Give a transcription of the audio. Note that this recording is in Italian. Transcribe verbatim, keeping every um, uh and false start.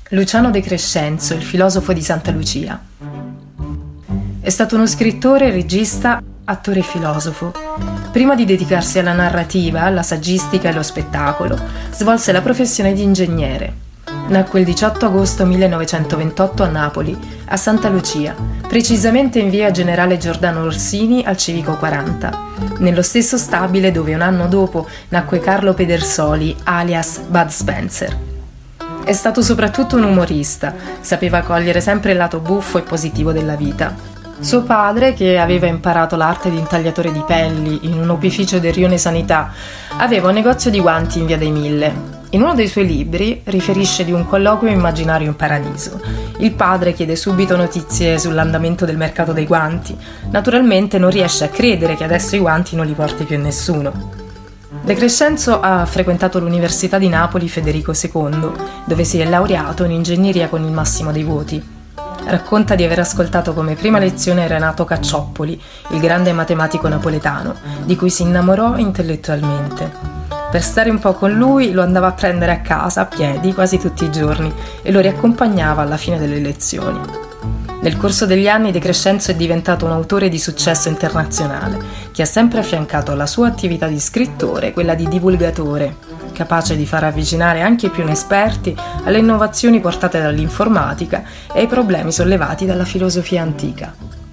Luciano De Crescenzo, il filosofo di Santa Lucia. È stato uno scrittore, regista, attore e filosofo. Prima di dedicarsi alla narrativa, alla saggistica e allo spettacolo, svolse la professione di ingegnere. Nacque il diciotto agosto millenovecentoventotto a Napoli, a Santa Lucia, precisamente in via Generale Giordano Orsini al Civico quaranta, nello stesso stabile dove un anno dopo nacque Carlo Pedersoli, alias Bud Spencer. È stato soprattutto un umorista, sapeva cogliere sempre il lato buffo e positivo della vita. Suo padre, che aveva imparato l'arte di intagliatore di pelli in un opificio del Rione Sanità, aveva un negozio di guanti in via dei Mille. In uno dei suoi libri riferisce di un colloquio immaginario in paradiso. Il padre chiede subito notizie sull'andamento del mercato dei guanti. Naturalmente non riesce a credere che adesso i guanti non li porti più nessuno. De Crescenzo ha frequentato l'Università di Napoli Federico secondo, dove si è laureato in ingegneria con il massimo dei voti. Racconta di aver ascoltato come prima lezione Renato Caccioppoli, il grande matematico napoletano, di cui si innamorò intellettualmente. Per stare un po' con lui lo andava a prendere a casa a piedi quasi tutti i giorni e lo riaccompagnava alla fine delle lezioni. Nel corso degli anni De Crescenzo è diventato un autore di successo internazionale, che ha sempre affiancato alla sua attività di scrittore quella di divulgatore, capace di far avvicinare anche i più inesperti alle innovazioni portate dall'informatica e ai problemi sollevati dalla filosofia antica.